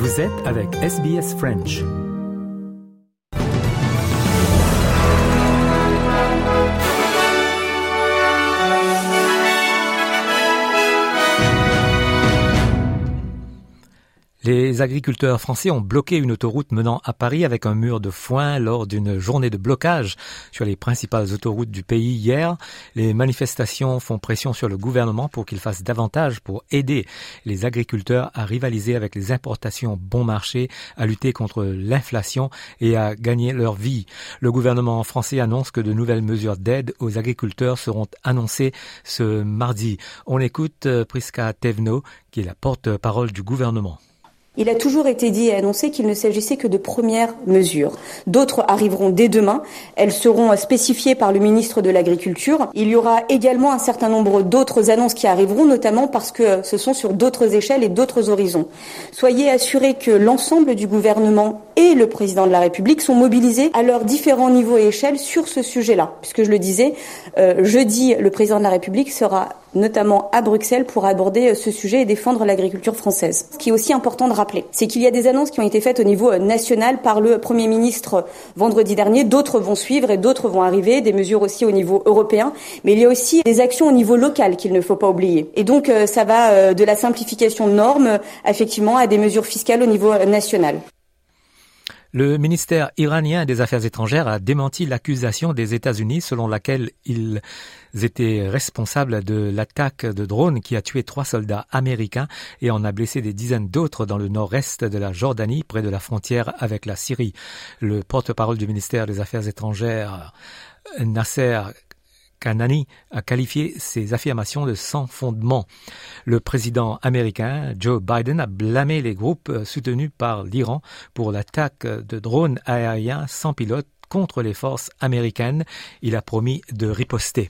Vous êtes avec SBS French. Les agriculteurs français ont bloqué une autoroute menant à Paris avec un mur de foin lors d'une journée de blocage sur les principales autoroutes du pays hier. Les manifestations font pression sur le gouvernement pour qu'il fasse davantage pour aider les agriculteurs à rivaliser avec les importations bon marché, à lutter contre l'inflation et à gagner leur vie. Le gouvernement français annonce que de nouvelles mesures d'aide aux agriculteurs seront annoncées ce mardi. On écoute Prisca Thévenot, qui est la porte-parole du gouvernement. Il a toujours été dit et annoncé qu'il ne s'agissait que de premières mesures. D'autres arriveront dès demain. Elles seront spécifiées par le ministre de l'Agriculture. Il y aura également un certain nombre d'autres annonces qui arriveront, notamment parce que ce sont sur d'autres échelles et d'autres horizons. Soyez assurés que l'ensemble du gouvernement et le président de la République sont mobilisés à leurs différents niveaux et échelles sur ce sujet-là. Puisque je le disais, jeudi, le président de la République sera notamment à Bruxelles pour aborder ce sujet et défendre l'agriculture française. Ce qui est aussi important de rappeler, c'est qu'il y a des annonces qui ont été faites au niveau national par le Premier ministre vendredi dernier. D'autres vont suivre et d'autres vont arriver, des mesures aussi au niveau européen. Mais il y a aussi des actions au niveau local qu'il ne faut pas oublier. Et donc, ça va de la simplification de normes, effectivement, à des mesures fiscales au niveau national. Le ministère iranien des Affaires étrangères a démenti l'accusation des États-Unis selon laquelle ils étaient responsables de l'attaque de drone qui a tué 3 soldats américains et en a blessé des dizaines d'autres dans le nord-est de la Jordanie, près de la frontière avec la Syrie. Le porte-parole du ministère des Affaires étrangères, Nasser Kanani, a qualifié ces affirmations de sans fondement. Le président américain Joe Biden a blâmé les groupes soutenus par l'Iran pour l'attaque de drones aériens sans pilote contre les forces américaines. Il a promis de riposter.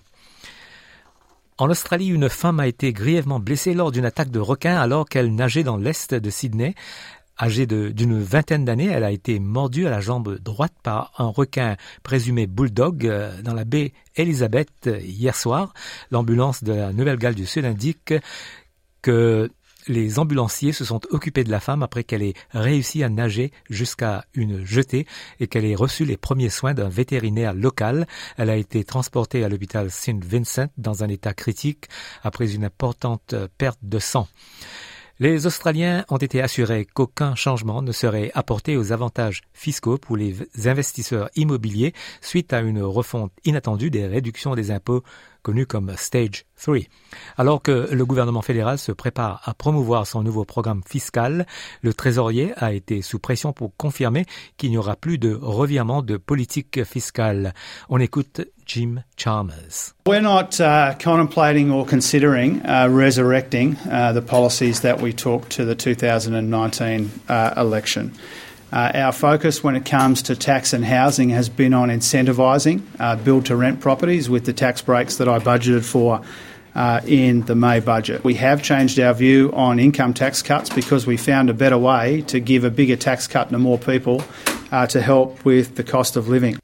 En Australie, une femme a été grièvement blessée lors d'une attaque de requin alors qu'elle nageait dans l'est de Sydney. Âgée d'une vingtaine d'années, elle a été mordue à la jambe droite par un requin présumé bulldog dans la baie Elizabeth hier soir. L'ambulance de la Nouvelle-Galles du Sud indique que les ambulanciers se sont occupés de la femme après qu'elle ait réussi à nager jusqu'à une jetée et qu'elle ait reçu les premiers soins d'un vétérinaire local. Elle a été transportée à l'hôpital St. Vincent dans un état critique après une importante perte de sang. Les Australiens ont été assurés qu'aucun changement ne serait apporté aux avantages fiscaux pour les investisseurs immobiliers suite à une refonte inattendue des réductions des impôts connues comme Stage 3. Alors que le gouvernement fédéral se prépare à promouvoir son nouveau programme fiscal, le trésorier a été sous pression pour confirmer qu'il n'y aura plus de revirement de politique fiscale. On écoute Jim Chalmers. We're not contemplating or considering resurrecting the policies that we took to the 2019 election. Our focus when it comes to tax and housing has been on incentivising build-to-rent properties with the tax breaks that I budgeted for in the May budget. We have changed our view on income tax cuts because we found a better way to give a bigger tax cut to more people to help with the cost of living.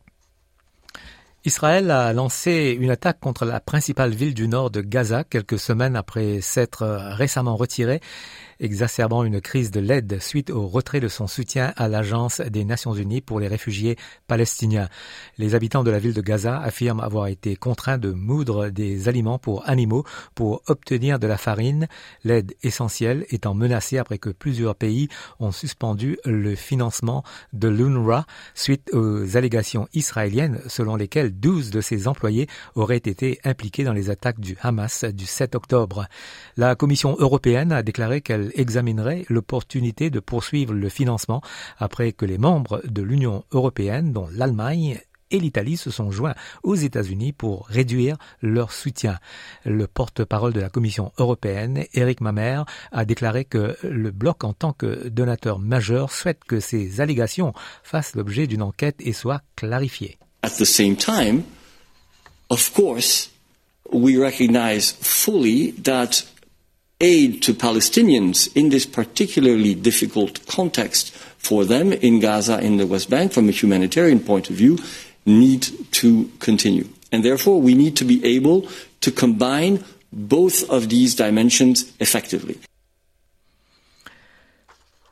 Israël a lancé une attaque contre la principale ville du nord de Gaza quelques semaines après s'être récemment retiré, exacerbant une crise de l'aide suite au retrait de son soutien à l'Agence des Nations Unies pour les réfugiés palestiniens. Les habitants de la ville de Gaza affirment avoir été contraints de moudre des aliments pour animaux pour obtenir de la farine, l'aide essentielle étant menacée après que plusieurs pays ont suspendu le financement de l'UNRWA suite aux allégations israéliennes selon lesquelles 12 de ses employés auraient été impliqués dans les attaques du Hamas du 7 octobre. La Commission européenne a déclaré qu'elle examinerait l'opportunité de poursuivre le financement après que les membres de l'Union européenne, dont l'Allemagne et l'Italie, se sont joints aux États-Unis pour réduire leur soutien. Le porte-parole de la Commission européenne, Eric Mamer, a déclaré que le bloc, en tant que donateur majeur, souhaite que ces allégations fassent l'objet d'une enquête et soient clarifiées. At the same time, of course, we recognize fully that aid to Palestinians in this particularly difficult context for them in Gaza, in the West Bank, from a humanitarian point of view, need to continue. And therefore, we need to be able to combine both of these dimensions effectively.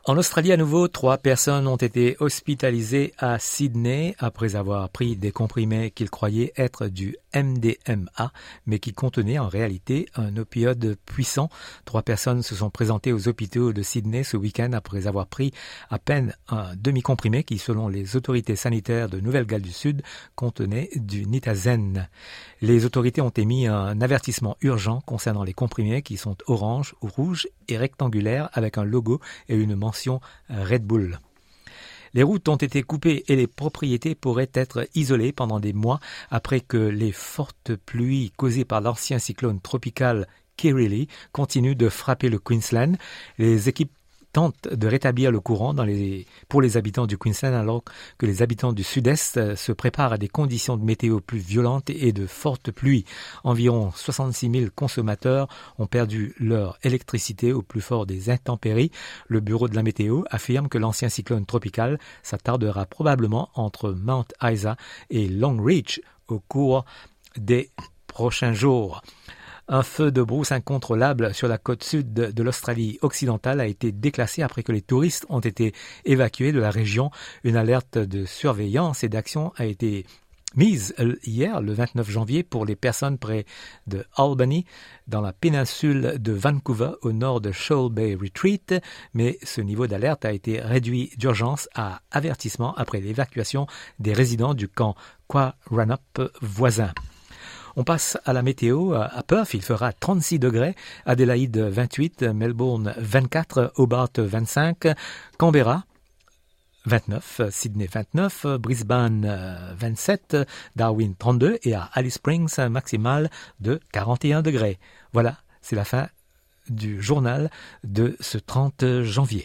En Australie, à nouveau, 3 personnes ont été hospitalisées à Sydney après avoir pris des comprimés qu'ils croyaient être du MDMA, mais qui contenaient en réalité un opioïde puissant. 3 personnes se sont présentées aux hôpitaux de Sydney ce week-end après avoir pris à peine un demi-comprimé qui, selon les autorités sanitaires de Nouvelle-Galles du Sud, contenait du nitazen. Les autorités ont émis un avertissement urgent concernant les comprimés qui sont orange, rouge et rectangulaires avec un logo et une mention Red Bull. Les routes ont été coupées et les propriétés pourraient être isolées pendant des mois après que les fortes pluies causées par l'ancien cyclone tropical Kirrily continuent de frapper le Queensland. Les équipes tentent de rétablir le courant pour les habitants du Queensland alors que les habitants du sud-est se préparent à des conditions de météo plus violentes et de fortes pluies. Environ 66 000 consommateurs ont perdu leur électricité au plus fort des intempéries. Le bureau de la météo affirme que l'ancien cyclone tropical s'attardera probablement entre Mount Isa et Longreach au cours des prochains jours. Un feu de brousse incontrôlable sur la côte sud de l'Australie occidentale a été déclassé après que les touristes ont été évacués de la région. Une alerte de surveillance et d'action a été mise hier, le 29 janvier, pour les personnes près de Albany, dans la péninsule de Vancouver, au nord de Shoal Bay Retreat, mais ce niveau d'alerte a été réduit d'urgence à avertissement après l'évacuation des résidents du camp Quaranup voisin. On passe à la météo. À Perth, il fera 36 degrés, Adélaïde 28, Melbourne 24, Hobart 25, Canberra 29, Sydney 29, Brisbane 27, Darwin 32 et à Alice Springs, maximale de 41 degrés. Voilà, c'est la fin du journal de ce 30 janvier.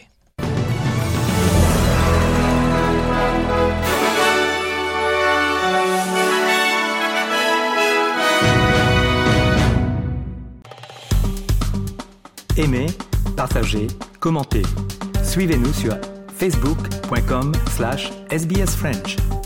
Aimez, partagez, commentez. Suivez-nous sur facebook.com/sbsfrench.